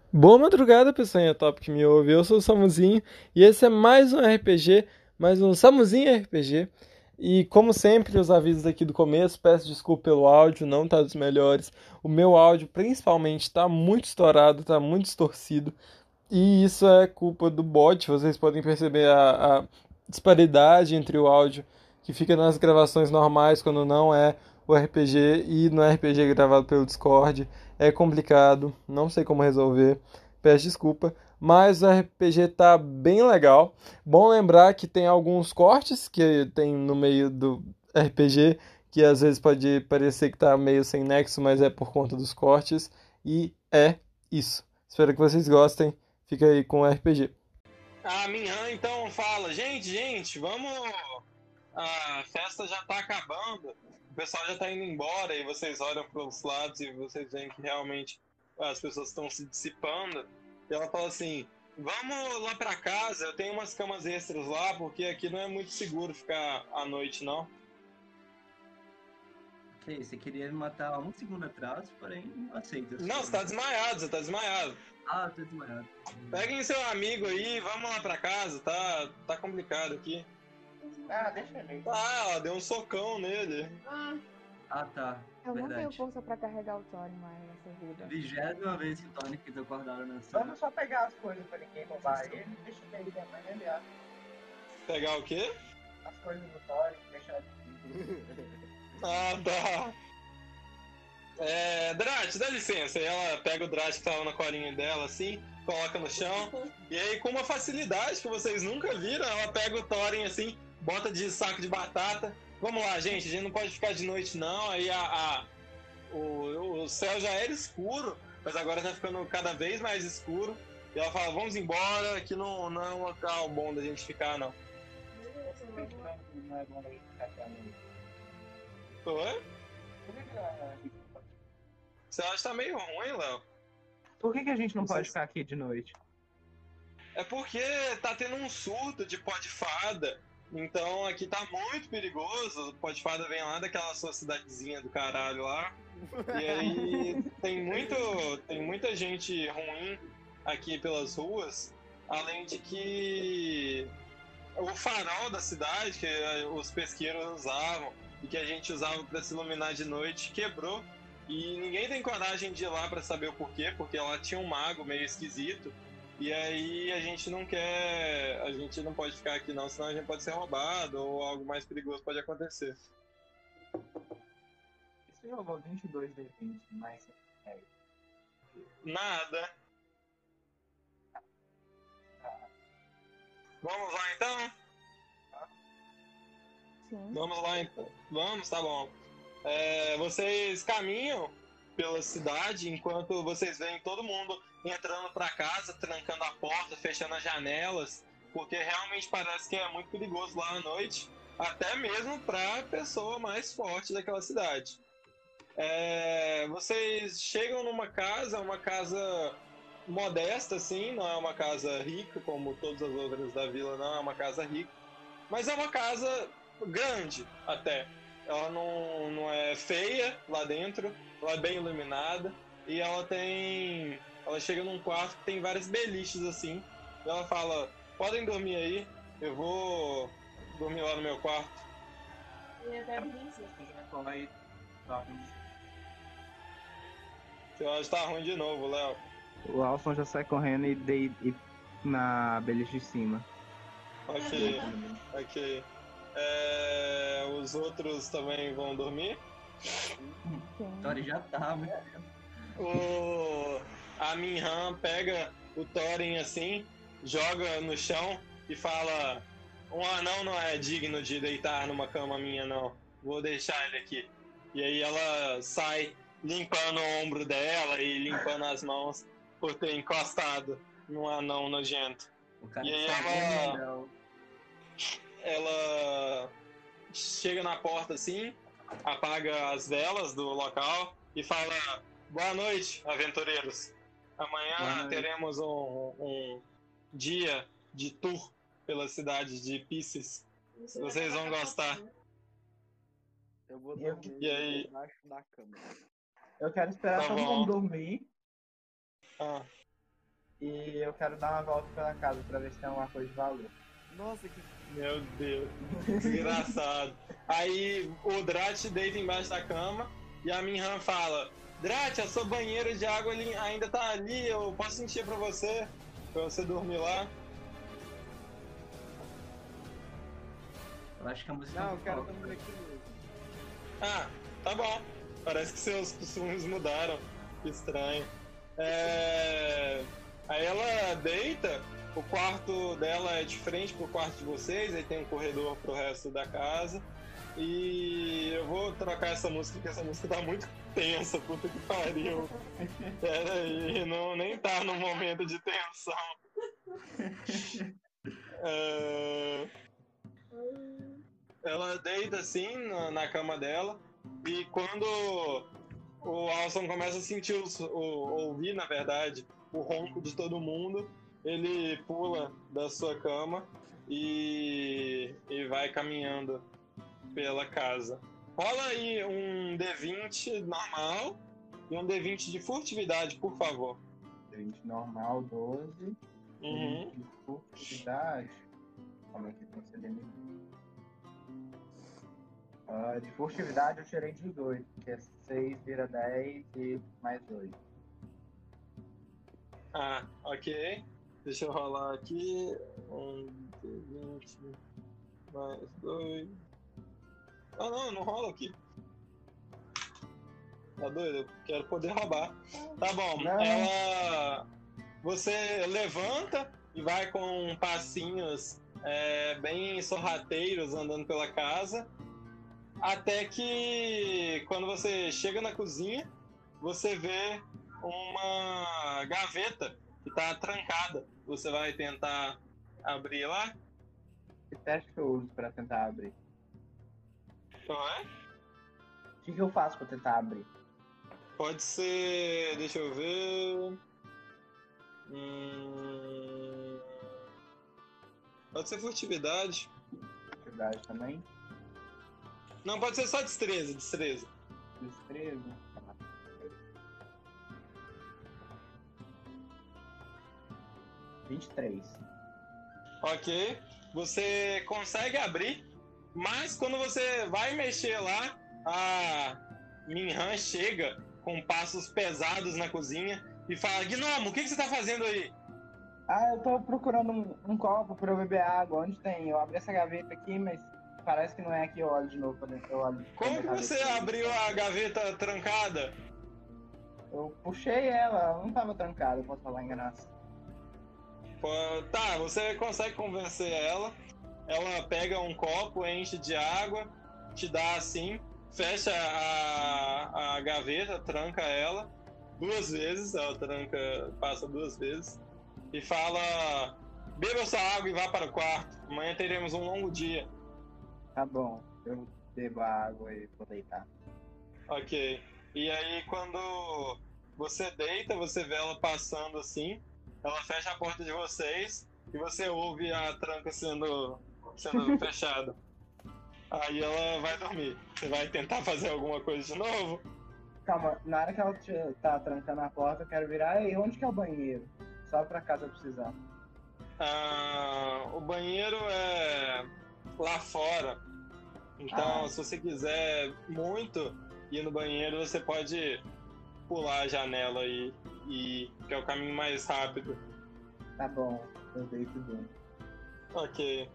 Boa madrugada, pessoinha top que me ouve. Eu sou o Samuzinho e esse é mais um RPG, mais um Samuzinho RPG. E como sempre, os avisos aqui do começo, peço desculpa pelo áudio, não tá dos melhores. O meu áudio, principalmente, tá muito estourado, tá muito distorcido. E isso é culpa do bot. Vocês podem perceber a disparidade entre o áudio que fica nas gravações normais quando não é o RPG e no RPG gravado pelo Discord. É complicado, não sei como resolver. Peço desculpa, mas o RPG tá bem legal. Bom lembrar que tem alguns cortes que tem no meio do RPG que às vezes pode parecer que tá meio sem nexo, mas é por conta dos cortes. E é isso. Espero que vocês gostem. Fica aí com o RPG. A Minhan então fala: gente, vamos. A festa já tá acabando, o pessoal já tá indo embora, e vocês olham para os lados e vocês veem que realmente as pessoas estão se dissipando. E ela fala assim: vamos lá para casa, eu tenho umas camas extras lá, porque aqui não é muito seguro ficar à noite, não. Ok, você queria me matar um segundo atrás, porém não aceito. Não, você tá desmaiado. Ah, tô desmaiado. Peguem seu amigo aí, vamos lá para casa, tá complicado aqui. Ah, deixa ele. Ah, ela deu um socão nele. Ah, tá. Eu não tenho Verdade. força pra carregar o Thorin mais nessa vida. 20ª vez que o Tony quis acordar na sala. Vamos só pegar as coisas pra ninguém roubar ele. Deixa ele também, aliás. Pegar o quê? As coisas do Thorin, deixar ele. Ah, tá. Drat, dá licença. E ela pega o Drat que tava na colinha dela, assim, coloca no chão. E aí, com uma facilidade que vocês nunca viram, ela pega o Thorin, assim, bota de saco de batata. Vamos lá, gente, a gente não pode ficar de noite, não. Aí o céu já era escuro, mas agora tá ficando cada vez mais escuro. E ela fala: vamos embora, aqui não é um local bom da gente ficar, não. Não é bom a gente ficar aqui à noite. Oi? Por que que a gente não pode- Você acha que tá meio ruim, Léo? Por que que a gente não pode ficar aqui de noite? É porque tá tendo um surto de pó de fada. Então aqui tá muito perigoso. O pó de fada vem lá daquela sua cidadezinha do caralho lá. E aí tem muita gente ruim aqui pelas ruas. Além de que o farol da cidade, que os pesqueiros usavam e que a gente usava para se iluminar de noite, quebrou. E ninguém tem coragem de ir lá para saber o porquê, porque lá tinha um mago meio esquisito. E aí a gente não quer. A gente não pode ficar aqui não, senão a gente pode ser roubado ou algo mais perigoso pode acontecer. E se jogou 22 D20 mais é, Nada. Vamos lá então? Sim. Vamos lá então. Vamos, tá bom. Vocês caminham pela cidade enquanto vocês veem todo mundo entrando para casa, trancando a porta, fechando as janelas, porque realmente parece que é muito perigoso lá à noite, até mesmo para a pessoa mais forte daquela cidade. Vocês chegam numa casa, uma casa modesta, assim, não é uma casa rica como todas as outras da vila, não é uma casa rica, mas é uma casa grande até. Ela não é feia lá dentro, ela é bem iluminada e ela tem. Ela chega num quarto que tem várias beliches assim. E ela fala: podem dormir aí, eu vou dormir lá no meu quarto. Corre, dorme. Seu áudio tá ruim de novo, Léo. O Alson já sai correndo e na beliche de cima. Ok, ok. Os outros também vão dormir? Sim. Tony já tá, muito A Minhan pega o Thorin assim, joga no chão e fala: um anão não é digno de deitar numa cama minha, não. Vou deixar ele aqui. E aí ela sai limpando o ombro dela e limpando as mãos por ter encostado num anão nojento. O cara E aí que salvou o Nobel. ela chega na porta assim, apaga as velas do local e fala: boa noite, aventureiros. Amanhã teremos um dia de tour pela cidade de Pisces. Vocês vão gostar. Eu vou E dormir E aí? embaixo da cama. Eu quero esperar Tá todo bom. mundo dormir. Ah, E eu quero dar uma volta pela casa pra ver se tem alguma coisa de valor. Nossa, que. Meu Deus, desgraçado. Aí o Drat deita embaixo da cama e a Minhan fala: Drat, a sua banheira de água ainda tá ali, eu posso encher pra você dormir lá. Eu acho que a música Não, eu quero toca. dormir aqui mesmo. Ah, tá bom. Parece que seus costumes mudaram. Que estranho. Aí ela deita, o quarto dela é de frente pro quarto de vocês, aí tem um corredor pro resto da casa. E eu vou trocar essa música, porque essa música tá muito tensa, puta que pariu. Pera aí, nem tá no momento de tensão. Ela deita assim na cama dela, e quando o Alson começa a sentir, ouvir, na verdade, o ronco de todo mundo, ele pula da sua cama e vai caminhando pela casa. Rola aí um D20 normal e um D20 de furtividade, por favor. 20 normal, 12. Uhum. De furtividade. Como é que tem que ser dele? De furtividade eu tirei 18, que é 6 vira 10 e mais 2. Ah, ok. Deixa eu rolar aqui. Um D20 mais 2. Ah, não rola aqui. Tá doido? Eu quero poder roubar. Tá bom. Não. Você levanta e vai com passinhos bem sorrateiros andando pela casa. Até que quando você chega na cozinha, você vê uma gaveta que tá trancada. Você vai tentar abrir lá? Que teste que eu uso pra tentar abrir? Não é? O que eu faço pra tentar abrir? Pode ser. Deixa eu ver. Pode ser furtividade. Furtividade também? Não, pode ser só destreza. Destreza? 23. Ok. Você consegue abrir, mas quando você vai mexer lá, a Minhan chega com passos pesados na cozinha e fala: Gnomo, o que você tá fazendo aí? Eu tô procurando um copo pra eu beber água. Onde tem? Eu abri essa gaveta aqui, mas parece que não é aqui. Eu olho de novo pra dentro. Eu olho Como que você abriu a gaveta trancada? Eu puxei ela não tava trancada, eu posso falar enganação. Tá, você consegue convencer ela. Ela pega um copo, enche de água, te dá assim, fecha a gaveta, tranca ela 2 vezes, ela passa 2 vezes e fala: beba sua água e vá para o quarto. Amanhã teremos um longo dia. Tá bom, eu bebo a água e vou deitar. Ok. E aí quando você deita, você vê ela passando assim, ela fecha a porta de vocês e você ouve a tranca sendo fechada. Aí ela vai dormir. Você vai tentar fazer alguma coisa de novo? Calma, na hora que ela tá trancando a porta, eu quero virar. Ei, onde que é o banheiro? Só pra caso eu precisar. O banheiro é lá fora. Então, se você quiser muito ir no banheiro, você pode pular a janela aí, que é o caminho mais rápido. Tá bom, eu deito dentro. Ok.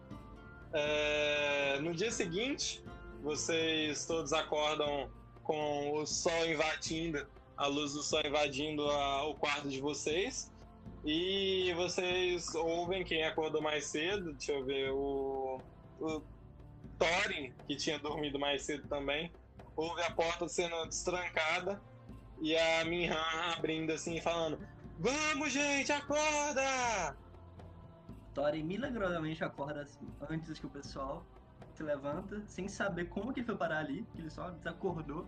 No dia seguinte, vocês todos acordam com o sol invadindo, a luz do sol invadindo o quarto de vocês. E vocês ouvem quem acordou mais cedo, deixa eu ver, o Thorin, que tinha dormido mais cedo também, ouve a porta sendo destrancada e a Minhan abrindo assim, falando: vamos, gente, acorda! Thorin milagrosamente acorda assim, antes que o pessoal se levanta, sem saber como que ele foi parar ali, que ele só desacordou.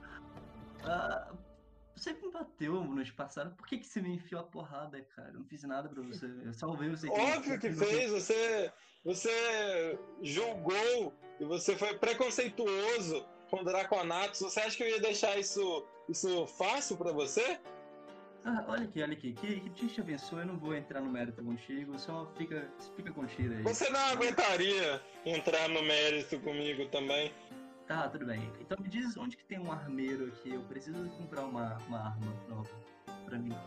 Você me bateu noite passada, por que você me enfiou a porrada, cara? Eu não fiz nada pra você, eu salvei você. Óbvio que fez, você julgou e você foi preconceituoso com Draconatos. Você acha que eu ia deixar isso fácil pra você? Olha aqui. Que Deus te abençoe. Eu não vou entrar no mérito contigo. Só fica com o tiro aí. Você não aguentaria entrar no mérito comigo também? Tá, tudo bem. Então me diz onde que tem um armeiro aqui. Eu preciso comprar uma arma nova pra mim.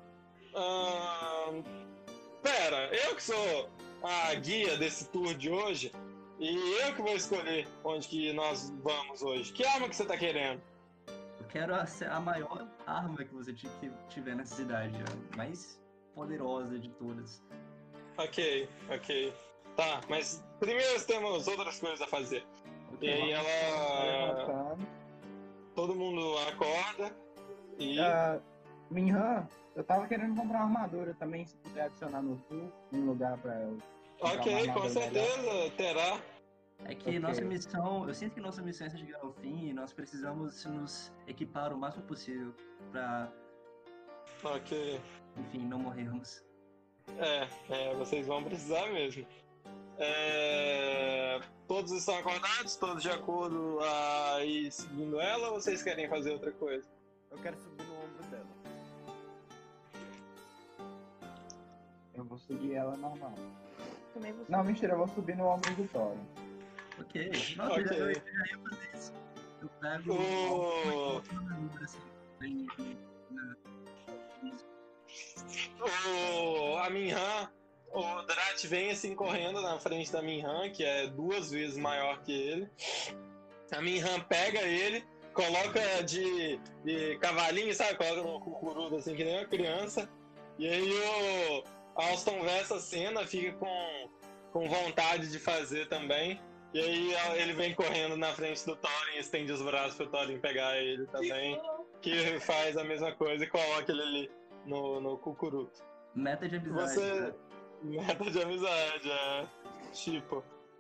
Pera, eu que sou a guia desse tour de hoje e eu que vou escolher onde que nós vamos hoje. Que arma que você tá querendo? Eu quero a maior arma que você tiver nessa cidade. A mais poderosa de todas. Ok. Tá, mas primeiro temos outras coisas a fazer. E aí ela... Todo mundo acorda e... Minhan, eu tava querendo comprar uma armadura também, se puder adicionar no tour, um lugar pra eu... Ok, com certeza, terá. É que nossa missão, eu sinto que nossa missão está chegando ao fim e nós precisamos nos equipar o máximo possível pra, Ok. enfim, não morrermos. Vocês vão precisar mesmo. Todos estão acordados, todos de acordo a ir seguindo ela, ou vocês querem fazer outra coisa? Eu quero subir no ombro dela. Eu vou seguir ela normal. Também vou Não, mentira, eu vou subir no ombro do Thorin. Ok. Nossa, Ok. eu já ia fazer isso. Eu pego A Minhan, o Drat vem assim correndo na frente da Minhan, que é 2 vezes maior que ele. A Minhan pega ele, coloca de cavalinho, sabe? Coloca no cucurudo assim, que nem uma criança. E aí o Alston vê essa cena, fica com vontade de fazer também. E aí ele vem correndo na frente do Thorin, estende os braços pro Thorin pegar ele também. Que faz a mesma coisa e coloca ele ali no cucuruto. Meta de amizade. Né? Meta de amizade, tipo.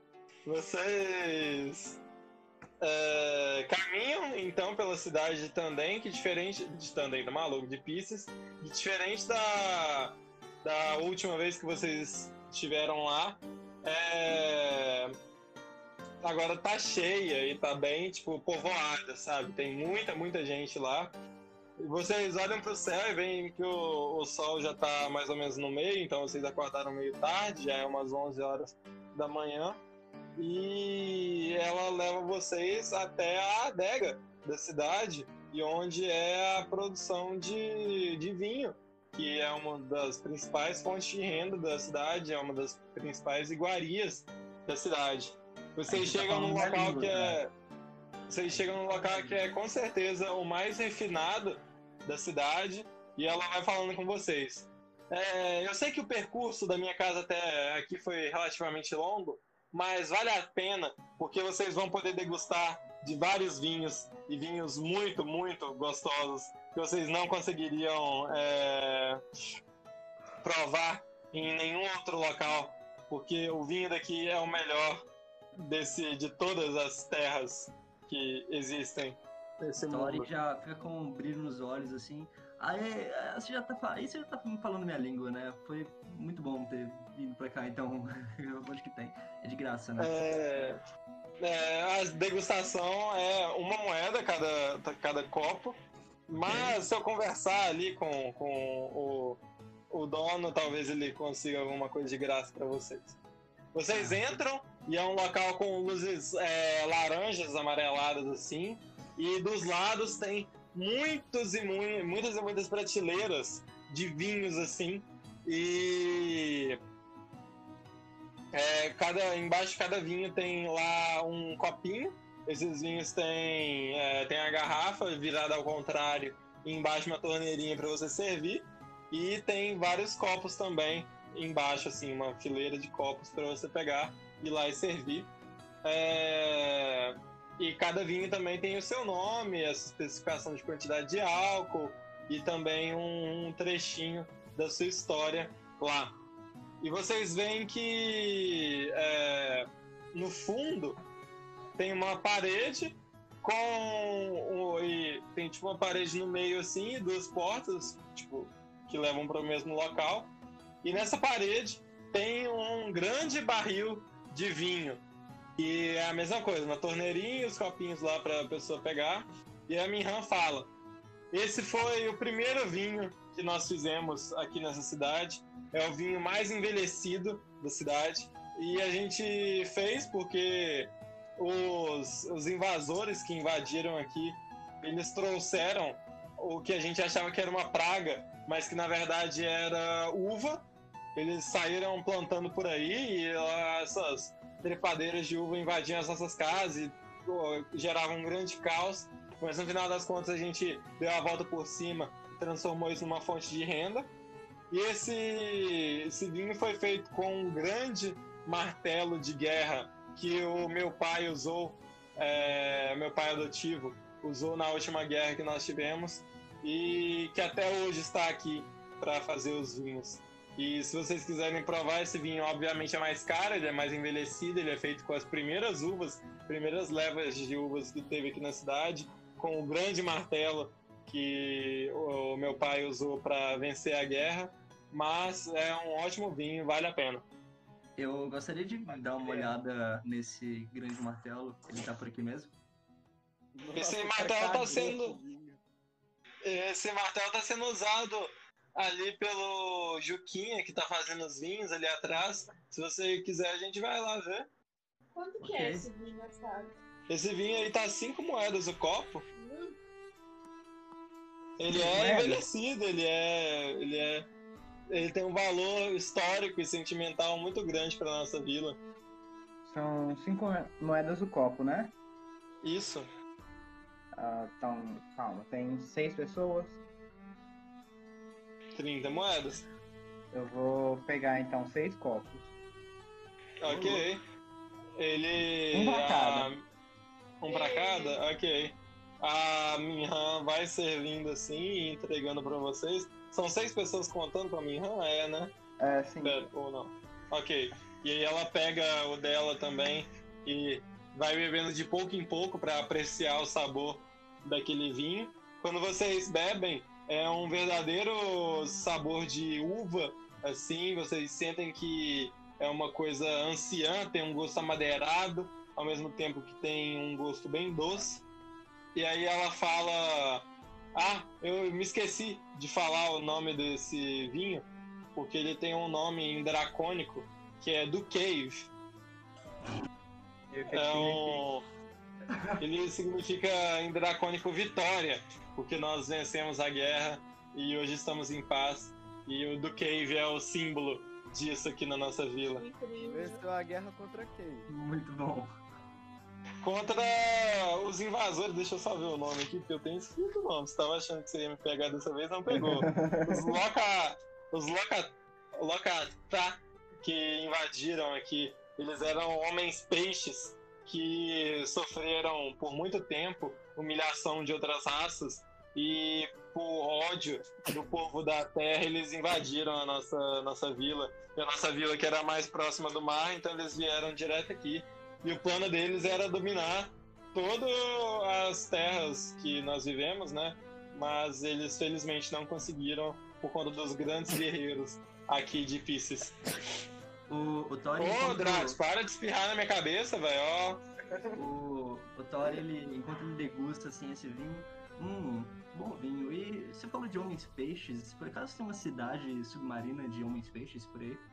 Vocês caminham então pela cidade de Tandem, que diferente de Tandem, tá maluco? De Pisces, que diferente da última vez que vocês estiveram lá, agora tá cheia e tá bem, tipo, povoada, sabe? Tem muita gente lá. E vocês olham pro céu e veem que o sol já tá mais ou menos no meio, então vocês acordaram meio tarde, já é umas 11 horas da manhã. E ela leva vocês até a adega da cidade, e onde é a produção de vinho, que é uma das principais fontes de renda da cidade, é uma das principais iguarias da cidade. Vocês chegam num local que é com certeza o mais refinado da cidade, e ela vai falando com vocês. Eu sei que o percurso da minha casa até aqui foi relativamente longo, mas vale a pena, porque vocês vão poder degustar de vários vinhos, e vinhos muito gostosos, que vocês não conseguiriam provar em nenhum outro local, porque o vinho daqui é o melhor de todas as terras que existem nesse Thorin mundo. já fica com um brilho nos olhos, assim. Aí você já tá falando minha língua, né? Foi muito bom ter vindo pra cá, então eu acho que tem. É de graça, né? A degustação é 1 moeda cada copo, mas se eu conversar ali com o dono, talvez ele consiga alguma coisa de graça pra vocês. Vocês entram e é um local com luzes laranjas, amareladas assim, e dos lados tem muitas prateleiras de vinhos assim, e embaixo de cada vinho tem lá um copinho. Esses vinhos tem a garrafa virada ao contrário, e embaixo uma torneirinha para você servir, e tem vários copos também embaixo, assim, uma fileira de copos para você pegar, ir lá e servir. E cada vinho também tem o seu nome, essa especificação de quantidade de álcool e também um trechinho da sua história lá. E vocês veem que no fundo tem uma parede e tem tipo uma parede no meio assim, e 2 portas tipo, que levam para o mesmo local. E nessa parede tem um grande barril de vinho. E é a mesma coisa, uma torneirinha, os copinhos lá para a pessoa pegar. E a Minhan fala: esse foi o primeiro vinho que nós fizemos aqui nessa cidade. É o vinho mais envelhecido da cidade. E a gente fez porque os invasores que invadiram aqui, eles trouxeram o que a gente achava que era uma praga, mas que na verdade era uva. Eles saíram plantando por aí e essas trepadeiras de uva invadiam as nossas casas e geravam um grande caos. Mas no final das contas a gente deu a volta por cima e transformou isso numa fonte de renda. E esse vinho foi feito com um grande martelo de guerra que o meu pai usou, meu pai adotivo usou na última guerra que nós tivemos e que até hoje está aqui para fazer os vinhos. E se vocês quiserem provar, esse vinho obviamente é mais caro, ele é mais envelhecido, ele é feito com as primeiras uvas, primeiras levas de uvas que teve aqui na cidade, com o grande martelo que o meu pai usou para vencer a guerra, mas é um ótimo vinho, vale a pena. Eu gostaria de dar uma olhada nesse grande martelo, ele tá por aqui mesmo? Esse martelo tá sendo usado ali pelo Juquinha, que tá fazendo os vinhos ali atrás. Se você quiser, a gente vai lá ver. Quanto que é esse vinho assado? Esse vinho aí tá 5 moedas o copo. Ele é envelhecido, ele tem um valor histórico e sentimental muito grande para nossa vila. São 5 moedas o copo, né? Isso. Então, calma, tem 6 pessoas. 30 moedas. Eu vou pegar então 6 copos. Ok. Ele. Um pra cada. Um pra cada? Ok. A Minhan vai servindo assim e entregando pra vocês. São 6 pessoas contando pra Minhan? É, né? É, sim. Pera, ou não? Ok. E aí ela pega o dela também e vai bebendo de pouco em pouco pra apreciar o sabor daquele vinho. Quando vocês bebem, é um verdadeiro sabor de uva, assim, vocês sentem que é uma coisa anciã, tem um gosto amadeirado, ao mesmo tempo que tem um gosto bem doce. E aí ela fala: eu me esqueci de falar o nome desse vinho, porque ele tem um nome em dracônico, que é do Cave. Ele significa em dracônico vitória, porque nós vencemos a guerra e hoje estamos em paz. E o do Cave é o símbolo disso aqui na nossa vila. Venceu a guerra contra quem? Muito bom. Contra os invasores, deixa eu só ver o nome aqui, porque eu tenho escrito o nome. Você tava achando que você ia me pegar dessa vez, não pegou. Os Lokata que invadiram aqui, eles eram homens peixes que sofreram por muito tempo humilhação de outras raças e por ódio do povo da terra eles invadiram a nossa vila. E a nossa vila que era mais próxima do mar, então eles vieram direto aqui. E o plano deles era dominar todas as terras que nós vivemos, né? Mas eles felizmente não conseguiram por conta dos grandes guerreiros aqui de Pisces. O Thor... Ô, Drax, para de espirrar na minha cabeça, velho, ó. O Thor, enquanto ele degusta, assim, esse vinho... bom vinho. E você falou de homens peixes, por acaso tem uma cidade submarina de homens peixes por aí?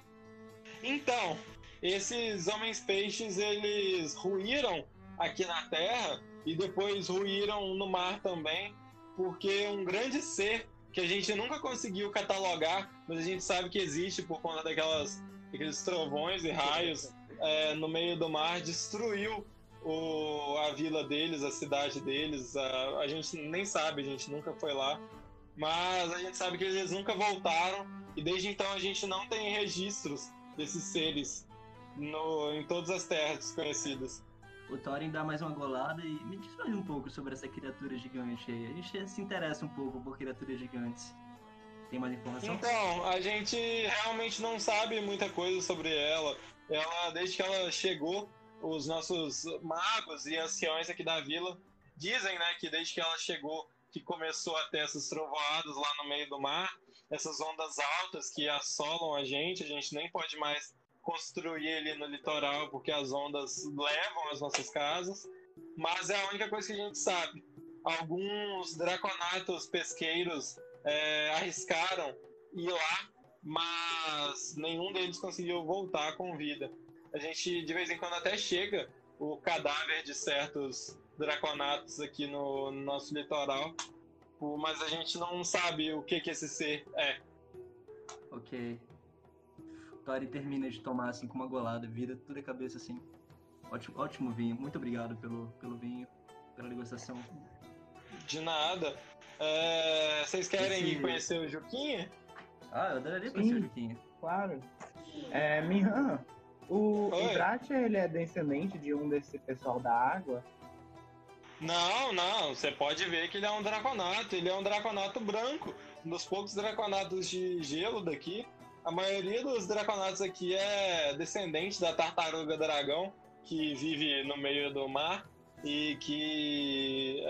Então, esses homens peixes, eles ruíram aqui na Terra e depois ruíram no mar também, porque um grande ser que a gente nunca conseguiu catalogar, mas a gente sabe que existe por conta daqueles trovões e raios no meio do mar, destruiu a vila deles, a cidade deles. A gente nem sabe, a gente nunca foi lá, mas a gente sabe que eles nunca voltaram e desde então a gente não tem registros desses seres em todas as terras desconhecidas. O Thorin dá mais uma golada e me diz mais um pouco sobre essa criatura gigante aí. A gente se interessa um pouco por criaturas gigantes. Tem mais informação? Então, a gente realmente não sabe muita coisa sobre ela. Desde que ela chegou, os nossos magos e anciões aqui da vila dizem, né, que desde que ela chegou, que começou a ter essas trovoadas lá no meio do mar, essas ondas altas que assolam a gente nem pode mais construir ali no litoral porque as ondas levam as nossas casas, mas é a única coisa que a gente sabe. Alguns draconatos pesqueiros arriscaram ir lá, mas nenhum deles conseguiu voltar com vida. A gente de vez em quando até chega o cadáver de certos draconatos aqui no nosso litoral, mas a gente não sabe o que esse ser é. Ok. Tori termina de tomar assim com uma golada, vira tudo a cabeça assim. Ótimo vinho, muito obrigado pelo vinho, pela degustação. De nada. Vocês querem ir conhecer o Juquinha? Eu adoraria conhecer o Sim. Juquinha. Claro. Minhan, o Oi. Drat, ele é descendente de um desse pessoal da água? Não, você pode ver que ele é um draconato. Ele é um draconato branco. Um dos poucos draconatos de gelo daqui. A maioria dos draconatos aqui é descendente da tartaruga dragão, que vive no meio do mar e que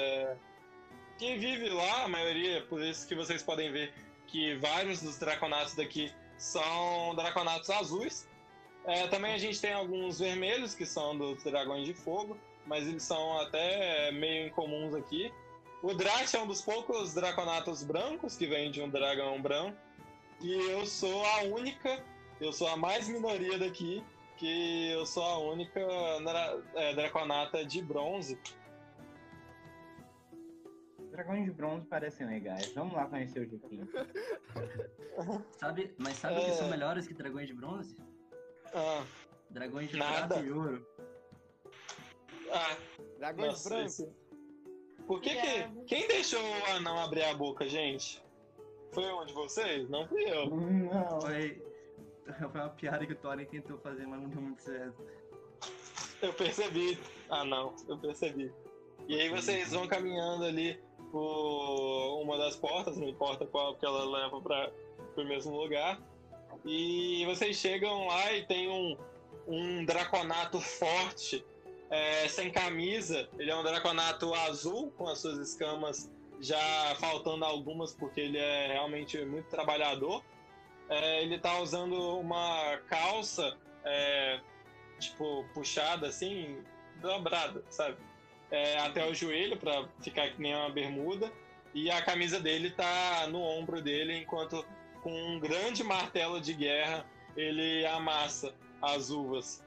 vive lá, a maioria. Por isso que vocês podem ver que vários dos draconatos daqui são draconatos azuis. Também a gente tem alguns vermelhos, que são dos dragões de fogo, mas eles são até meio incomuns aqui. O Drat é um dos poucos draconatos brancos que vem de um dragão branco. E eu sou a mais minoria daqui, que eu sou a única draconata de bronze. Dragões de bronze parecem legais. Vamos lá conhecer o Juquinha. Sabe o que são melhores que dragões de bronze? Dragões de Nada. prata e ouro. Dragões Nossa, brancos. Por que quem deixou o anão abrir a boca, gente? Foi um de vocês? Não fui eu. Não. Foi uma piada que o Thorin tentou fazer, mas não deu muito certo. Eu percebi. Eu percebi. E aí vocês vão caminhando ali por uma das portas, não importa qual, porque ela leva para o mesmo lugar. E vocês chegam lá e tem um draconato forte, sem camisa. Ele é um draconato azul, com as suas escamas já faltando algumas, porque ele é realmente muito trabalhador. Ele tá usando uma calça, tipo, puxada assim, dobrada, sabe? Até o joelho, pra ficar que nem uma bermuda. E a camisa dele tá no ombro dele, enquanto com um grande martelo de guerra ele amassa as uvas.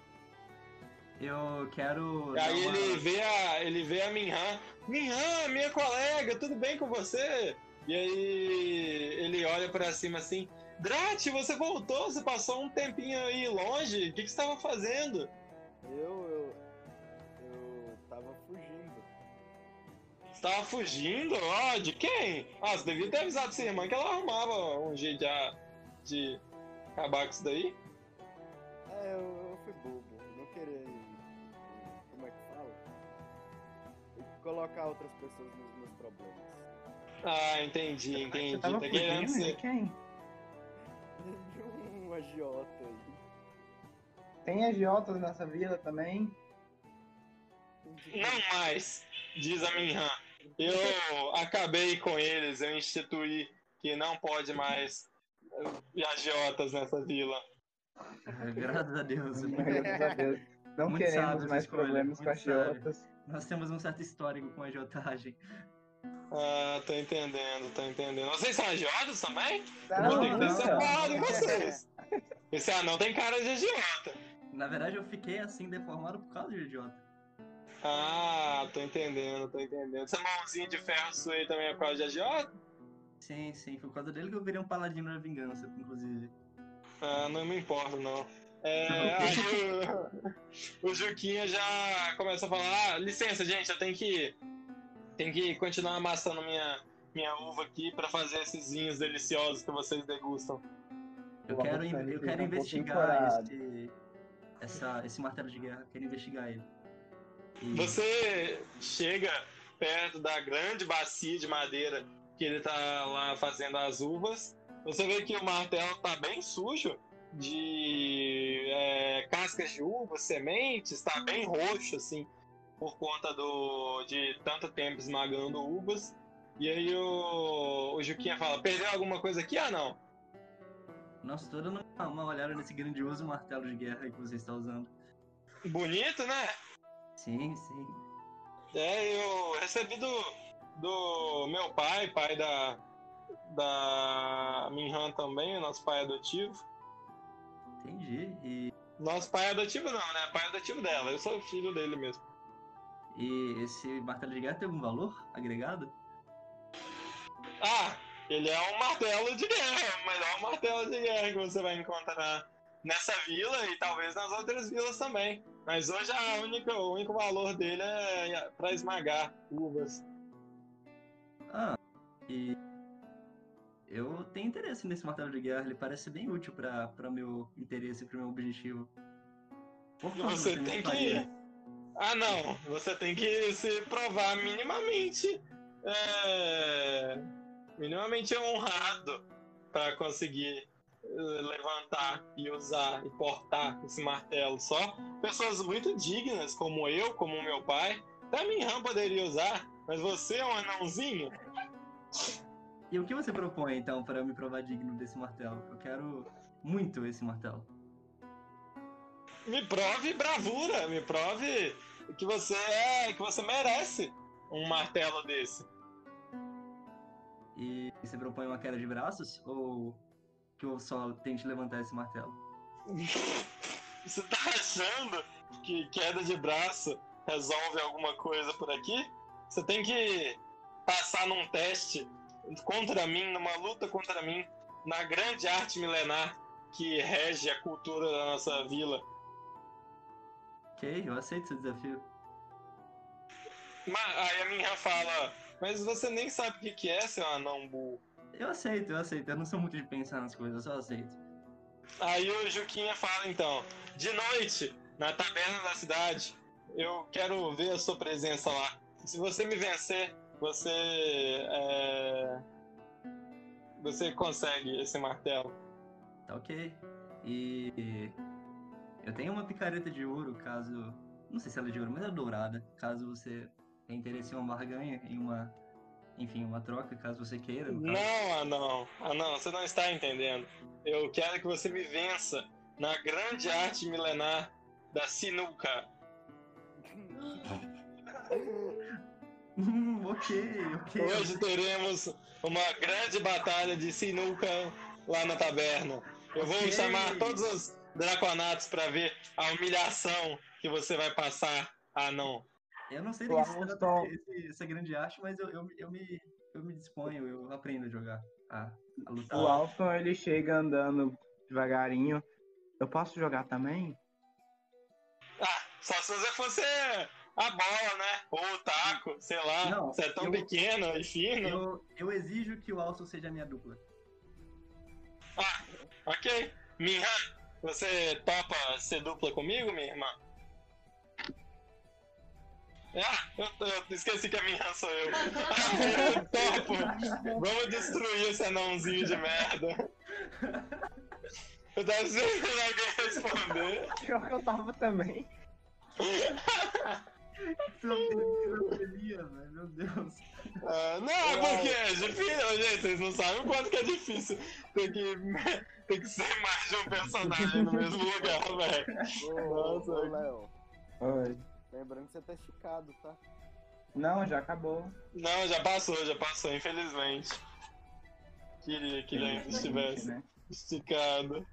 Eu quero. Aí ele vê a Minhan. Minhan, minha colega, tudo bem com você? E aí ele olha pra cima assim: Drat, você voltou? Você passou um tempinho aí longe? O que você estava fazendo? Eu tava fugindo. Você tava fugindo? De quem? Você devia ter avisado sua irmã que ela arrumava um jeito de acabar com isso daí. Eu fui bobo. Não querer. Como é que fala? Colocar outras pessoas nos meus problemas. Entendi. Você tava Tá querendo fugindo de ser. quem? De um agiota aí. Tem agiotas nessa vila também? Não mais, diz a Minhan. Eu acabei com eles, eu instituí que não pode mais agiotas nessa vila. Graças a Deus. Graças a Deus. Não Muito queremos sábio mais essa escolha, problemas com muito sábio. agiotas. Nós temos um certo histórico com agiotagem. Tô entendendo. Vocês são agiotas também? Não, Vou ter que ter não. separado vocês. Esse anão tem cara de agiota. Na verdade, eu fiquei assim deformado por causa de idiota. Tô entendendo. Essa mãozinha de ferro sua aí também é por causa de agiota? Sim, foi por causa dele que eu virei um paladino da vingança, inclusive. Não me importa, não. Aí o Juquinha já começa a falar: licença, gente, eu tenho que continuar amassando minha uva aqui pra fazer esses vinhos deliciosos que vocês degustam. Eu Vamos quero sair, fica um investigar pouquinho esse martelo de guerra, quero investigar ele. E Você chega perto da grande bacia de madeira que ele tá lá fazendo as uvas. Você vê que o martelo tá bem sujo de cascas de uva, sementes, tá bem roxo assim, por conta de tanto tempo esmagando uvas. E aí o Juquinha fala: perdeu alguma coisa aqui? Não. Nossa, tô dando uma olhada nesse grandioso martelo de guerra que você está usando. Bonito, né? Sim. Eu recebi do meu pai da Minhan também, o nosso pai adotivo. Entendi. E Nosso pai adotivo não, né? Pai adotivo dela, eu sou o filho dele mesmo. esse martelo de guerra tem algum valor agregado? Ah, ele é um martelo de guerra, o melhor martelo de guerra que você vai encontrar nessa vila e talvez nas outras vilas também. Mas hoje o único valor dele é pra esmagar uvas. Ah, e eu tenho interesse nesse martelo de guerra, ele parece bem útil para meu interesse, para meu objetivo. Por E quanto você me tem faria? que. Ah, não. Você tem que se provar minimamente. Minimamente honrado pra conseguir levantar e usar e portar esse martelo. Só pessoas muito dignas, como eu, como o meu pai. Até Minhan poderia usar, mas você é um anãozinho. E o que você propõe, então, para eu me provar digno desse martelo? Eu quero muito esse martelo. Me prove bravura, me prove que você merece um martelo desse. E você propõe uma queda de braços? Ou que eu só tente levantar esse martelo? Você tá achando que queda de braço resolve alguma coisa por aqui? Você tem que passar num teste contra mim, numa luta contra mim, na grande arte milenar que rege a cultura da nossa vila. Ok, eu aceito esse desafio. Aí a minha fala, mas você nem sabe o que é, seu anão burro. Eu aceito. Eu não sou muito de pensar nas coisas, eu só aceito. Aí o Juquinha fala então, de noite, na taberna da cidade, eu quero ver a sua presença lá. Se você me vencer, você consegue esse martelo. Tá ok. E eu tenho uma picareta de ouro, caso. Não sei se ela é de ouro, mas é dourada. Caso você tenha interesse em uma barganha, em uma. Enfim, uma troca, caso você queira, no caso. Não, anão, você não está entendendo. Eu quero que você me vença na grande arte milenar da sinuca. Ok. Hoje teremos uma grande batalha de sinuca lá na taberna. Eu vou Ok. chamar todos os draconatos para ver a humilhação que você vai passar, anão. Eu não sei do que se trata essa grande arte, mas eu me disponho, eu aprendo a jogar, a lutar. O Alton, ele chega andando devagarinho. Eu posso jogar também? Ah, só se você fosse a bola, né? Ou o taco, sei lá. Não, Você é tão pequeno e fino. Eu exijo que o Alson seja a minha dupla. Ah, ok. Minha, você topa ser dupla comigo, minha irmã? Ah, eu esqueci que a minha sou eu. Eu topo. Vamos destruir esse anãozinho de merda. Eu tava esperando alguém responder. Pior que eu tava também. Meu Deus. Não, é porque é difícil, gente. Vocês não sabem o quanto que é difícil ter que ser mais de um personagem no mesmo lugar, velho. Nossa. Ô, Léo, Oi. lembrando que você tá esticado, tá? Não, já acabou. Não, já passou, infelizmente. Queria que ele ainda estivesse Né? esticado.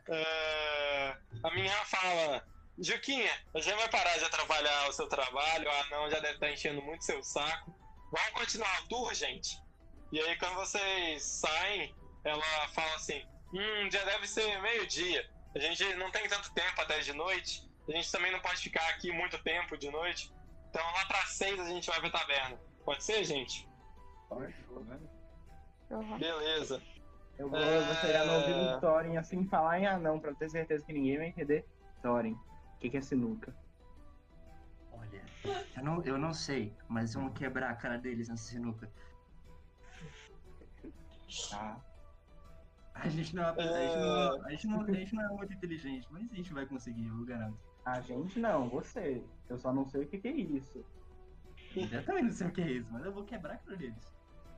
A minha fala, Juquinha, a gente vai parar de atrapalhar o seu trabalho, não, já deve estar enchendo muito seu saco. Vamos continuar o tour, gente? E aí quando vocês saem, ela fala assim, já deve ser meio-dia. A gente não tem tanto tempo até de noite. A gente também não pode ficar aqui muito tempo de noite. Então lá pra 6 a gente vai pra taberna. Pode ser, gente? Uhum. Beleza. Eu vou chegar no ouvido do Thorin assim falar em anão, pra eu ter certeza que ninguém vai entender. Thorin, o que é sinuca? Olha, eu não sei, mas vamos quebrar a cara deles nessa sinuca. Tá. A gente não é muito inteligente, mas a gente vai conseguir, eu garanto. A gente não, você. Eu só não sei o que é isso. Eu também não sei o que é isso, mas eu vou quebrar a cara deles.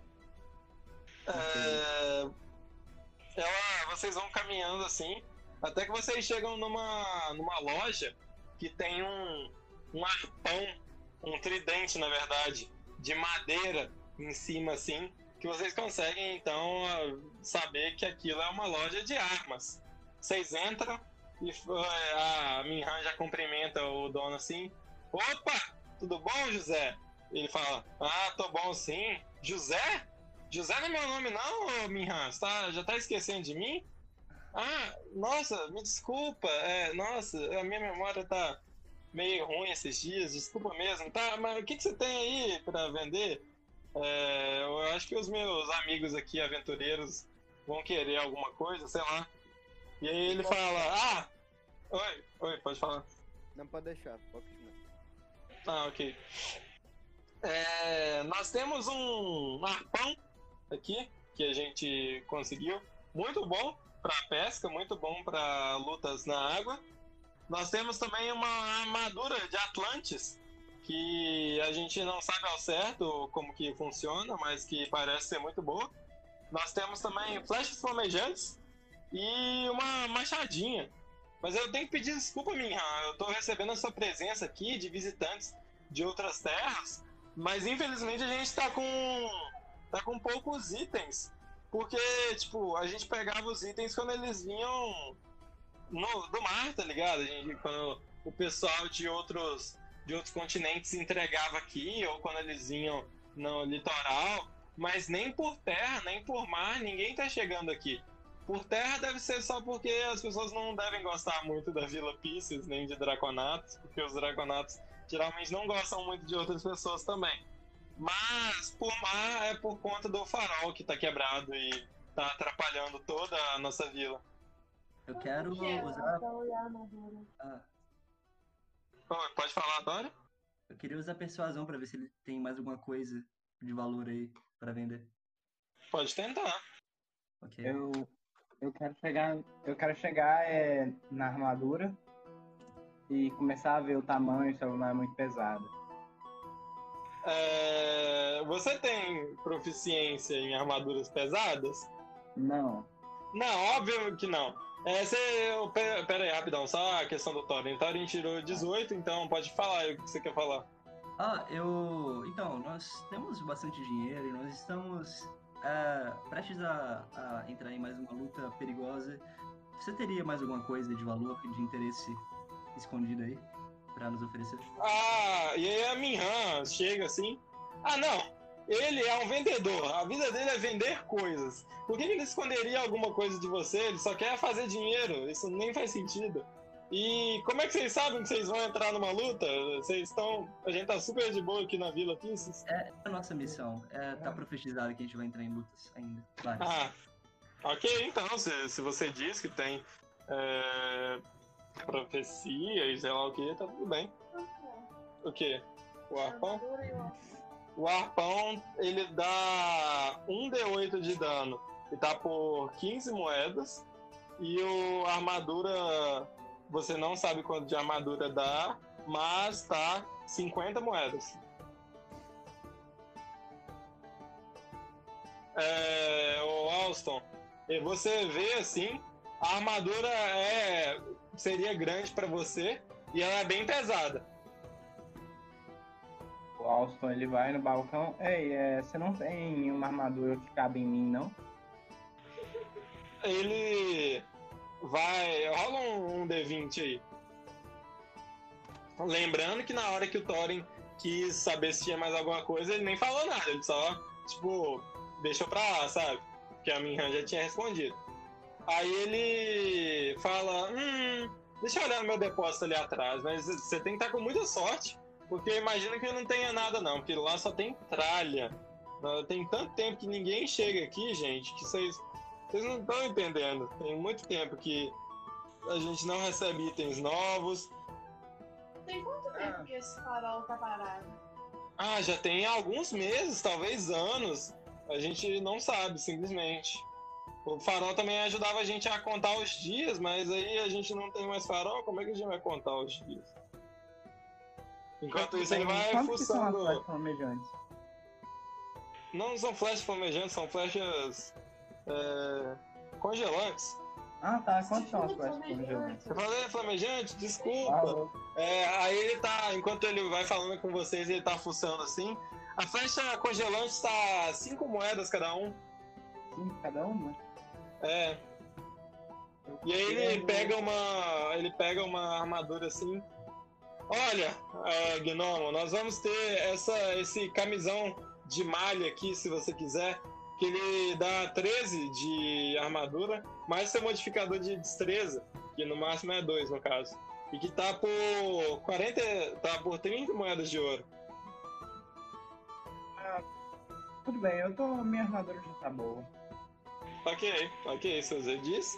Vocês vão caminhando assim, até que vocês chegam numa loja que tem um arpão, um tridente na verdade, de madeira em cima assim, que que vocês conseguem, então, saber que aquilo é uma loja de armas. Vocês entram e a Minhan já cumprimenta o dono assim. Opa, tudo bom, José? Ele fala, tô bom sim. José? José não é meu nome não, Minhan? Você já tá esquecendo de mim? Nossa, me desculpa. Nossa, a minha memória tá meio ruim esses dias, desculpa mesmo. Tá, mas o que você tem aí pra vender? Eu acho que os meus amigos aqui, aventureiros, vão querer alguma coisa, sei lá. E aí ele fala, oi, pode falar. Não pode deixar, pode continuar. Ok. Nós temos um arpão aqui, que a gente conseguiu. Muito bom para pesca, muito bom para lutas na água. Nós temos também uma armadura de Atlantis, que a gente não sabe ao certo como que funciona, mas que parece ser muito boa. Nós temos também flechas flamejantes e uma machadinha. Mas eu tenho que pedir desculpa, Minha. Eu estou recebendo a sua presença aqui de visitantes de outras terras, mas infelizmente a gente está com poucos itens. Porque, tipo, a gente pegava os itens quando eles vinham do mar, tá ligado? Quando o pessoal de outros continentes entregava aqui, ou quando eles vinham no litoral, mas nem por terra, nem por mar, ninguém tá chegando aqui. Por terra deve ser só porque as pessoas não devem gostar muito da Vila Pisces, nem de Draconatos, porque os Draconatos geralmente não gostam muito de outras pessoas também. Mas por mar é por conta do farol que tá quebrado e tá atrapalhando toda a nossa vila. Eu quero usar... Pode falar, Dora? Eu queria usar persuasão pra ver se ele tem mais alguma coisa de valor aí pra vender. Pode tentar. Ok. Eu quero chegar na armadura e começar a ver o tamanho, se ela não é muito pesada. Você tem proficiência em armaduras pesadas? Não. Não, óbvio que não. Pera aí, rapidão, só a questão do Thorin. Thorin tirou 18, então pode falar aí o que você quer falar. Então, nós temos bastante dinheiro e nós estamos prestes a entrar em mais uma luta perigosa. Você teria mais alguma coisa de valor, de interesse escondido aí pra nos oferecer? E aí a Minhan chega assim. Não, ele é um vendedor, a vida dele é vender coisas. Por que ele esconderia alguma coisa de você? Ele só quer fazer dinheiro, isso nem faz sentido. E como é que vocês sabem que vocês vão entrar numa luta? A gente tá super de boa aqui na Vila Pisces. É a nossa missão, tá profetizado que a gente vai entrar em lutas ainda, várias. Ok, então, se você diz que tem profecia e sei lá o que, tá tudo bem. O que? O arpão? O arpão, ele dá 1d8 de dano e tá por 15 moedas. E a armadura, você não sabe quanto de armadura dá, mas tá 50 moedas. O Alston, você vê assim, a armadura seria grande pra você e ela é bem pesada. O Alston, ele vai no balcão. Você não tem uma armadura que cabe em mim, não? Ele vai... Rola um D20 aí. Lembrando que na hora que o Thorin quis saber se tinha mais alguma coisa, ele nem falou nada. Ele só, deixou pra lá, sabe? Porque a Minhan já tinha respondido. Aí ele fala... deixa eu olhar no meu depósito ali atrás. Mas você tem que estar com muita sorte. Porque eu imagino que não tenha nada não, porque lá só tem tralha. Tem tanto tempo que ninguém chega aqui, gente, que vocês não estão entendendo. Tem muito tempo que a gente não recebe itens novos. Tem quanto tempo que esse farol tá parado? Já tem alguns meses, talvez anos. A gente não sabe, simplesmente. O farol também ajudava a gente a contar os dias, mas aí a gente não tem mais farol, como é que a gente vai contar os dias? Enquanto isso, ele vai fuçando. São flechas flamejantes? Não são flechas flamejantes, são flechas congelantes. Tá. Quantas são as flechas flamejantes? Eu falei flamejante? Desculpa. Aí ele tá, enquanto ele vai falando com vocês, ele tá fuçando assim. A flecha congelante está 5 moedas cada um. 5 cada uma? É. E aí ele pega uma armadura assim. Olha, Gnomo, nós vamos ter esse camisão de malha aqui, se você quiser, que ele dá 13 de armadura, mais seu modificador de destreza, que no máximo é 2 no caso. E que tá por 30 moedas de ouro. Tudo bem, minha armadura já tá boa. Ok, se você diz.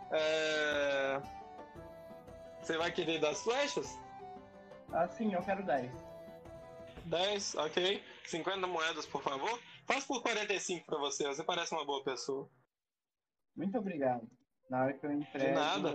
Você vai querer das flechas? Sim, eu quero 10. 10, ok. 50 moedas, por favor. Faço por 45 pra você parece uma boa pessoa. Muito obrigado. Na hora que eu entrego... De nada.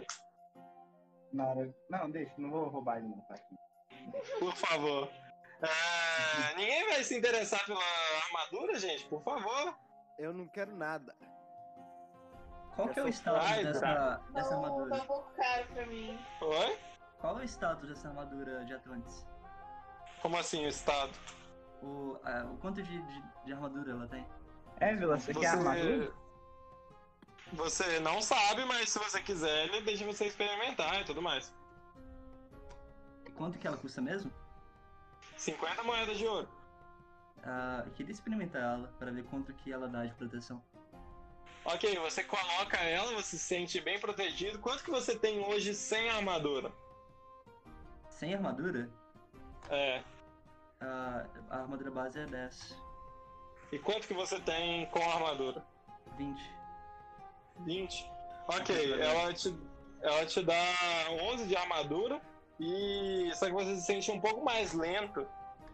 Não, deixa, não vou roubar ele não, tá aqui. Por favor. Ninguém vai se interessar pela armadura, gente? Por favor. Eu não quero nada. Qual que é o status dessa Não, armadura? tá um pouco caro pra mim. Oi? Qual é o status dessa armadura de Atlantis? Como assim, o estado? O quanto de armadura ela tem? Vila, você quer armadura? Você não sabe, mas se você quiser, ele deixa você experimentar e tudo mais. E quanto que ela custa mesmo? 50 moedas de ouro. Eu queria experimentar ela para ver quanto que ela dá de proteção. Ok, você coloca ela, você se sente bem protegido. Quanto que você tem hoje sem armadura? Sem armadura? É. A armadura base é 10. E quanto que você tem com armadura? 20. 20? Ok, ela te dá 11 de armadura, só que você se sente um pouco mais lento.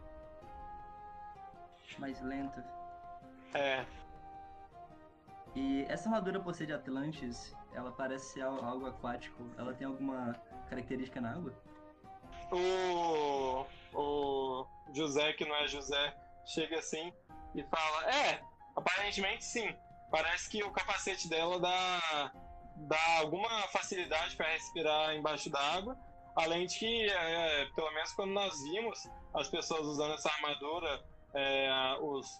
Mais lento. É. E essa armadura por ser de Atlantis, ela parece ser algo aquático. Ela tem alguma característica na água? O José, que não é José, chega assim e fala: aparentemente sim. Parece que o capacete dela dá alguma facilidade para respirar embaixo d'água. Além de que, pelo menos quando nós vimos as pessoas usando essa armadura, os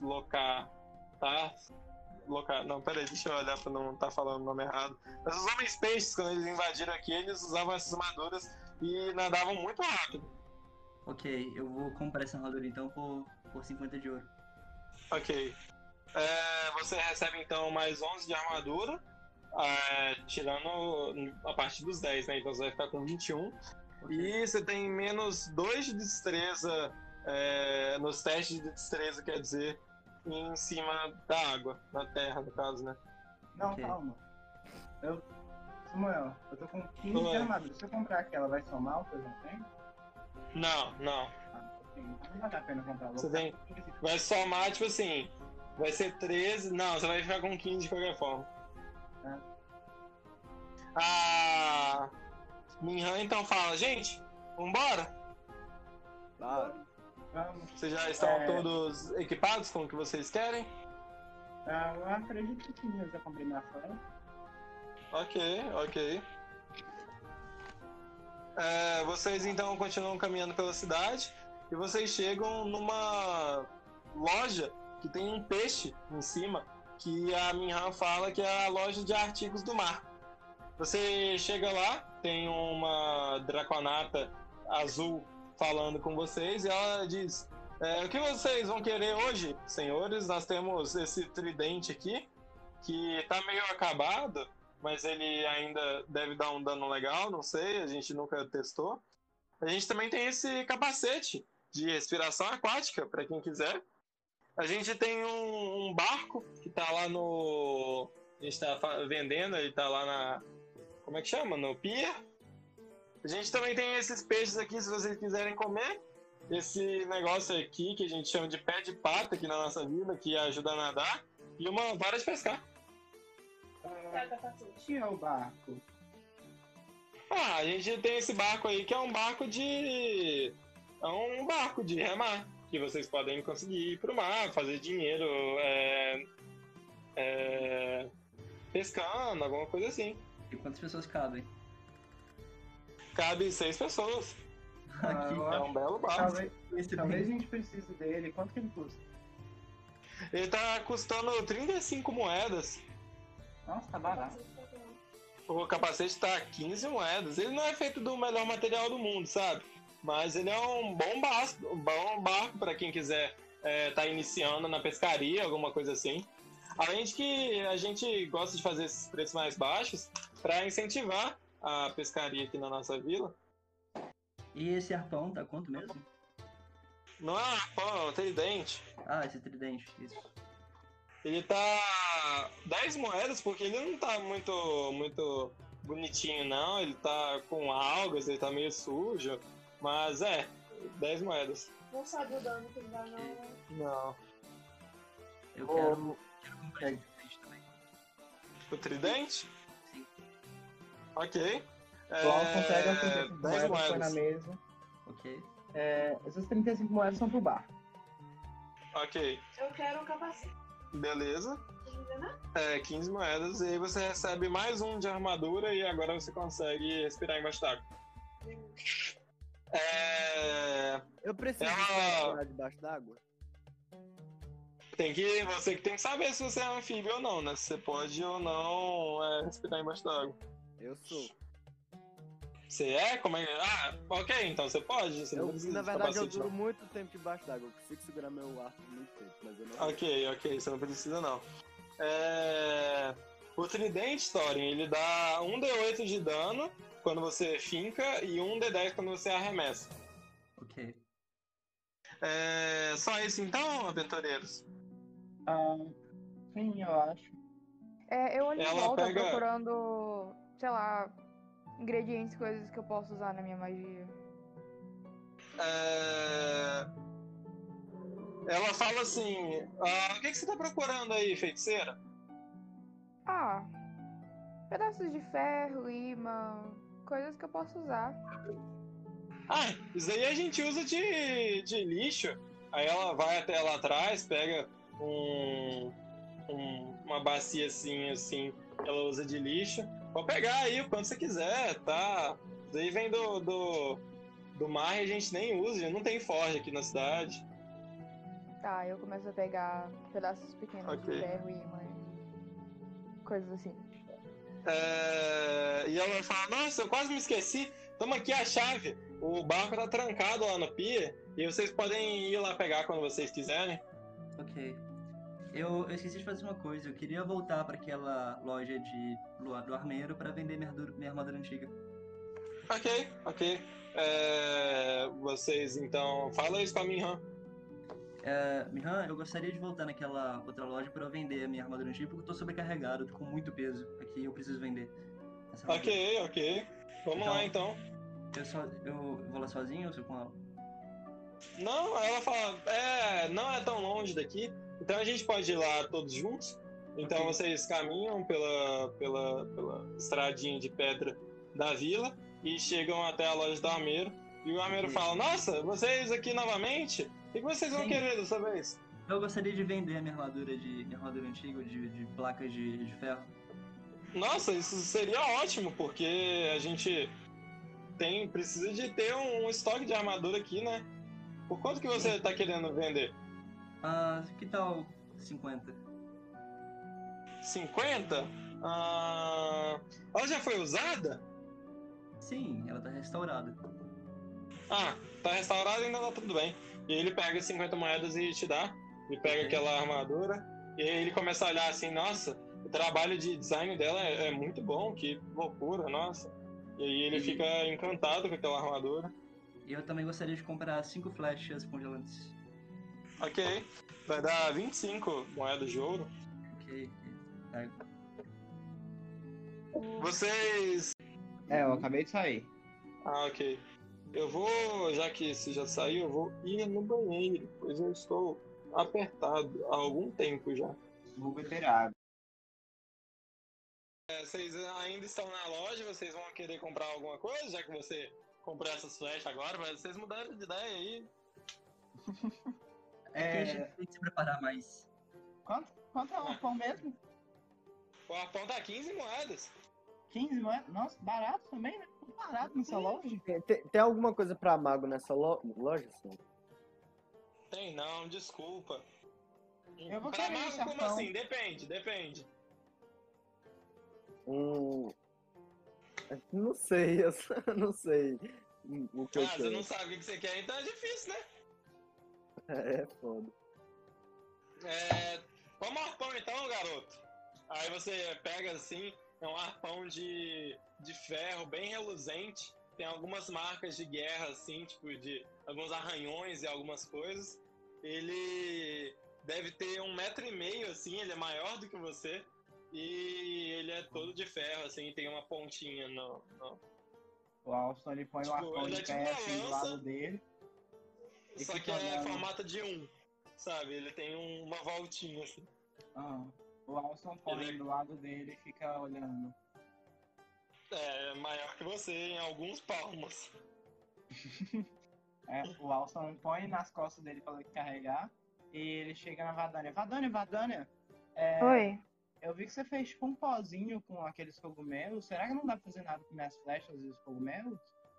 não, peraí, deixa eu olhar pra não estar falando o nome errado. Mas os homens peixes, quando eles invadiram aqui, eles usavam essas armaduras e nadavam muito rápido. Ok, eu vou comprar essa armadura então por 50 de ouro. Ok. Você recebe então mais 11 de armadura, tirando a parte dos 10, né? Então você vai ficar com 21. Okay. E você tem menos 2 de destreza nos testes de destreza, quer dizer, em cima da água, na terra, no caso, né? Não, okay. Calma. Samuel, eu tô com 15 de armadura. Se eu comprar aquela, vai somar o que eu já tenho? Não. Então não vale a pena comprar. Vai somar, tipo assim, vai ser 13. Não, você vai ficar com 15 de qualquer forma. A Minhan então fala: gente, vambora? Claro. Vamos. Vocês já estão todos equipados com o que vocês querem? Eu acredito que sim, eu já comprei minha flecha. Ok. Vocês então continuam caminhando pela cidade e vocês chegam numa loja que tem um peixe em cima, que a Minhan fala que é a loja de artigos do mar. Você chega lá, tem uma draconata azul falando com vocês e ela diz: o que vocês vão querer hoje, senhores? Nós temos esse tridente aqui que tá meio acabado, mas ele ainda deve dar um dano legal, não sei, a gente nunca testou. A gente também tem esse capacete de respiração aquática, para quem quiser. A gente tem um barco que tá lá no... A gente tá vendendo, ele tá lá na... Como é que chama? No pier. A gente também tem esses peixes aqui, se vocês quiserem comer. Esse negócio aqui, que a gente chama de pé de pata aqui na nossa vila, que ajuda a nadar. E uma vara de pescar. Que é o barco? A gente tem esse barco aí, que é um barco de... É um barco de remar, que vocês podem conseguir ir pro mar, fazer dinheiro, pescando, alguma coisa assim. E quantas pessoas cabem? Cabe 6 pessoas. Aqui. É um belo barco. Talvez a gente precise dele. Quanto que ele custa? Ele tá custando 35 moedas. Nossa, tá barato. O capacete tá 15 moedas. Ele não é feito do melhor material do mundo, sabe? Mas ele é um bom barco para quem quiser tá iniciando na pescaria, alguma coisa assim. Além de que a gente gosta de fazer esses preços mais baixos para incentivar a pescaria aqui na nossa vila. E esse arpão tá quanto mesmo? Não é arpão, é um tridente. Ah, esse tridente, isso. Ele tá 10 moedas porque ele não tá muito bonitinho, não. Ele tá com algas, ele tá meio sujo. Mas 10 moedas. Não sabe o dano que ele dá, não. Não. Eu quero comprar esse tridente também. O tridente? Sim. Ok. O Al consegue as 35 10 moedas, põe na moedas. mesa. Ok. Essas 35 moedas são pro bar. Ok. Eu quero um capacete. Beleza. Né? 15 moedas. E aí você recebe mais um de armadura e agora você consegue respirar embaixo d'água. Eu preciso Ela- respirar debaixo d'água? Você que tem que saber se você é anfíbio ou não, né? Se você pode ou não respirar embaixo d'água. Eu sou. Você é? Como é? Ah, ok, então você pode. Você não precisa Na de verdade, eu capacete, duro não. muito tempo debaixo d'água. Eu consigo segurar meu ar por muito tempo, mas eu não. Ok, você não precisa não. O tridente, Thorin, ele dá 1d8 de dano quando você finca e 1d10 quando você arremessa. Ok. Só isso então, aventureiros? Sim, eu acho. Eu olho em Ela volta pega- procurando, sei lá, ingredientes, coisas que eu posso usar na minha magia. Ela fala assim: o que você tá procurando aí, feiticeira? Ah, pedaços de ferro, imã, coisas que eu posso usar. Ah, isso aí a gente usa de lixo. Aí ela vai até lá atrás, pega uma bacia assim, que ela usa de lixo. Pode pegar aí o quanto você quiser, tá? Isso aí vem do mar e a gente nem usa, não tem forja aqui na cidade. Tá, eu começo a pegar pedaços pequenos Ok. de ferro, imã, coisas assim. E ela fala: Nossa, eu quase me esqueci. Toma aqui a chave. O barco tá trancado lá no pier e vocês podem ir lá pegar quando vocês quiserem. Ok. Eu esqueci de fazer uma coisa. Eu queria voltar para aquela loja do armeiro para vender minha armadura antiga. Ok. Vocês então. Fala isso com a Minhan. Mihan, eu gostaria de voltar naquela outra loja para vender a minha armadura antiga porque eu tô sobrecarregado, eu tô com muito peso aqui, eu preciso vender essa armadura. Ok. Vamos lá então. Eu vou lá sozinho ou sou com ela? Não, ela fala: não é tão longe daqui, então a gente pode ir lá todos juntos. Então Ok. vocês caminham pela estradinha de pedra da vila e chegam até a loja do armeiro. E o armeiro Ok. fala: Nossa, vocês aqui novamente? O que vocês vão Sim. querer dessa vez? Eu gostaria de vender a minha armadura antiga de placas de ferro. Nossa, isso seria ótimo, porque a gente precisa de ter um estoque de armadura aqui, né? Por quanto que você tá querendo vender? Que tal 50? 50? Ela já foi usada? Sim, ela tá restaurada. Tá restaurada e ainda tá tudo bem. E aí ele pega 50 moedas e te dá. Ele pega Ok. aquela armadura. E aí ele começa a olhar assim: Nossa, o trabalho de design dela é muito bom, que loucura, nossa. E aí ele fica encantado com aquela armadura. E eu também gostaria de comprar 5 flechas congelantes. Ok, vai dar 25 moedas de ouro. Ok. Tá. Vocês. Eu acabei de sair. Ok. Eu vou, já que isso já saiu, eu vou ir no banheiro, pois eu estou apertado há algum tempo já. Vou beber água. Vocês ainda estão na loja, vocês vão querer comprar alguma coisa, já que você comprou essas flechas agora, mas vocês mudaram de ideia aí. É que a gente tem que se preparar mais. Quanto é o pão mesmo? O arpão tá 15 moedas. 15 moedas? Nossa, barato também, né? Barato nessa loja. Tem alguma coisa pra mago nessa loja? Assim? Tem não, desculpa. Eu vou Pra querer mago, esse como arpão. assim? Depende. Não sei, eu não sei o que eu Você não quero. sabe o que você quer, então é difícil, né? É foda. Vamos ao arpão então, garoto. Aí você pega assim, é um arpão de ferro bem reluzente. Tem algumas marcas de guerra, assim, tipo de alguns arranhões e algumas coisas. Ele deve ter 1,5 m, assim, ele é maior do que você. E ele é todo de ferro, assim, tem uma pontinha no... O Alston ele põe o Tipo, arpão ele em é tipo pé uma assim do lança, lado dele. E só fica que é olhando. formato de 1, sabe? Ele tem uma voltinha, assim. Ah, o Alston põe Ele do lado dele e fica olhando. é maior que você em alguns palmos. O Alston põe nas costas dele pra ele carregar. E ele chega na Vadania. Vadania! Oi. Eu vi que você fez tipo um pozinho com aqueles cogumelos. Será que não dá pra fazer nada com minhas flechas e os cogumelos?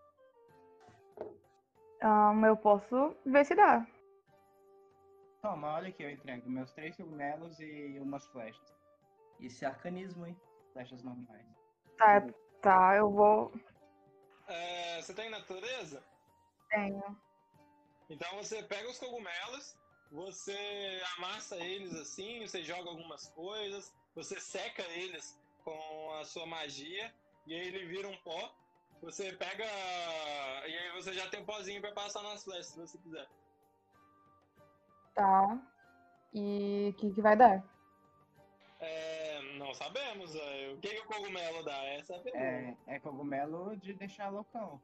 Eu posso ver se dá. Toma, olha aqui, eu entrego meus 3 cogumelos e umas flechas. Isso é arcanismo, hein? Flechas normais. Tá, eu vou. Você tem natureza? Tenho. Então você pega os cogumelos, você amassa eles assim, você joga algumas coisas, você seca eles com a sua magia e aí ele vira um pó. Você pega e aí você já tem um pozinho pra passar nas flechas, se você quiser. Tá. E o que vai dar? Não sabemos. O que o cogumelo dá? Essa é a pergunta. É cogumelo de deixar loucão.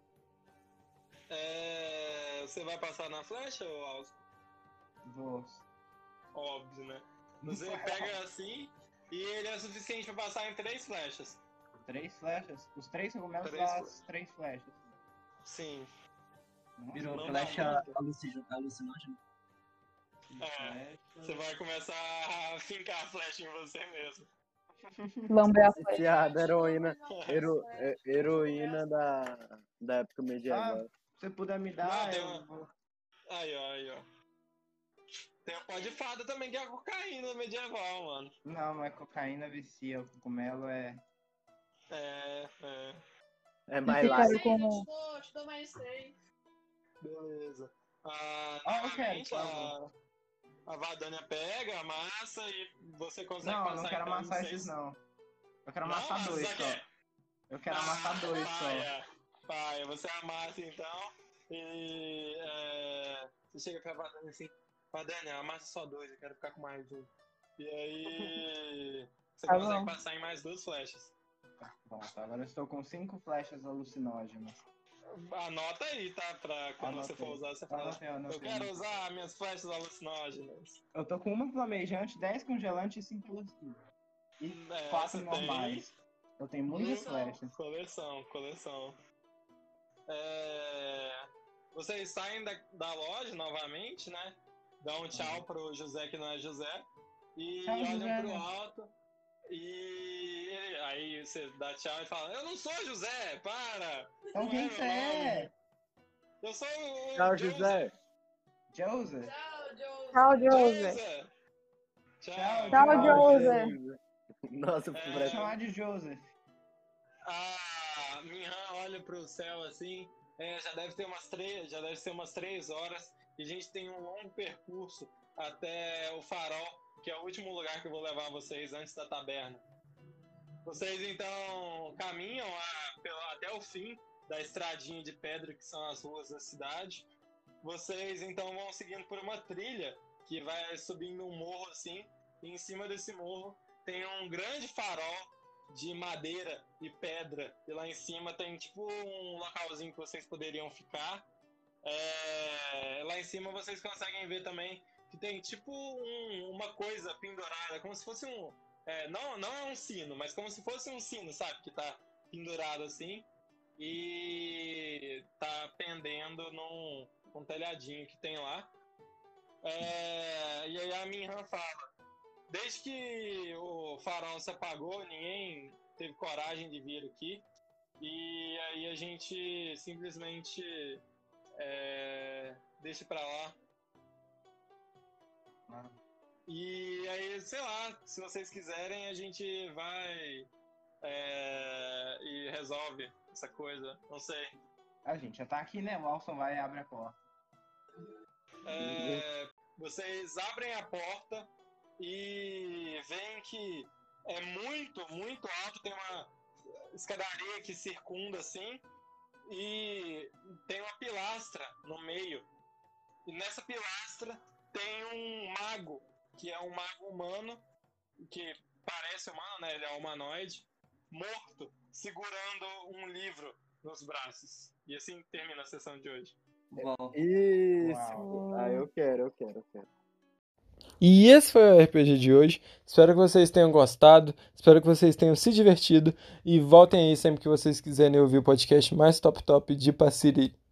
Você vai passar na flecha ou Alce? Vou. Óbvio, né? Você pega assim e ele é suficiente pra passar em 3 flechas. 3 flechas? Os 3 cogumelos Três dão as 3 flechas. Sim. Nossa, Virou Não flecha dá muito. alucinógena. Você vai começar a fincar a flecha em você mesmo. Lamber a flecha. Viciada, heroína da época medieval. Se você puder me dar, Não, tem eu uma- vou. Aí, ó. Tem o pó de fada também, que é a cocaína medieval, mano. Não, não é cocaína, vicia. O cogumelo é. É mais Fica light. aí com. Te dou mais 3. Beleza. Eu quero, Novamente, por favor. a Vadania pega, amassa e você consegue Não, passar eu não quero então, amassar seis- esses não. Eu quero Não, amassar mas 2 já só. quer. Eu quero amassar 2 só. Paia, você amassa então e você chega pra Vadania assim, Vadania, amassa só 2, eu quero ficar com mais um. E aí você Tá consegue bom. passar em mais 2 flechas. Pronto, agora eu estou com 5 flechas alucinógenas. Anota aí, tá? Pra quando Anotei. você for usar, você fala. Anotei. Eu quero usar minhas flechas alucinógenas. Eu tô com uma flamejante, 10 congelantes e 5 alucinógenas. E 4 você normais. Eu tenho muitas flechas. Coleção. Vocês saem da loja novamente, né? Dão um tchau pro José que não é José. E Tchau, olham José. pro alto. E aí você dá tchau e fala, eu não sou José, para! Então Não quem é que você meu nome. é? Eu sou o Tchau, José. Joseph? Tchau, Joe. Tchau, José. José. Tchau, Tchau, José. José. Nossa, Vou parece... chamar de Joseph. A Minhan olha pro céu assim, já deve ser umas 3 horas, e a gente tem um longo percurso até o farol, que é o último lugar que eu vou levar vocês antes da taberna. Vocês então caminham até o fim da estradinha de pedra que são as ruas da cidade. Vocês então vão seguindo por uma trilha que vai subindo um morro assim, e em cima desse morro tem um grande farol de madeira e pedra, e lá em cima tem tipo um localzinho que vocês poderiam ficar. Lá em cima vocês conseguem ver também que tem tipo uma coisa pendurada, como se fosse não é um sino, mas como se fosse um sino, sabe? Que tá pendurado assim e tá pendendo num telhadinho que tem lá. E aí a Minhan fala, desde que o farol se apagou, ninguém teve coragem de vir aqui. E aí a gente simplesmente deixa pra lá. E aí, sei lá, se vocês quiserem, a gente vai e resolve essa coisa. Não sei. A gente já tá aqui, né? O Alson vai e abre a porta. Vocês abrem a porta e veem que é muito, muito alto. Tem uma escadaria que circunda assim. E tem uma pilastra no meio. E nessa pilastra tem um mago, que é um mago humano, que parece humano, né? Ele é humanoide, morto, segurando um livro nos braços. E assim termina a sessão de hoje. Bom, Isso. Uau. Ah, eu quero. E esse foi o RPG de hoje. Espero que vocês tenham gostado. Espero que vocês tenham se divertido. E voltem aí sempre que vocês quiserem ouvir o podcast mais top de Passiri.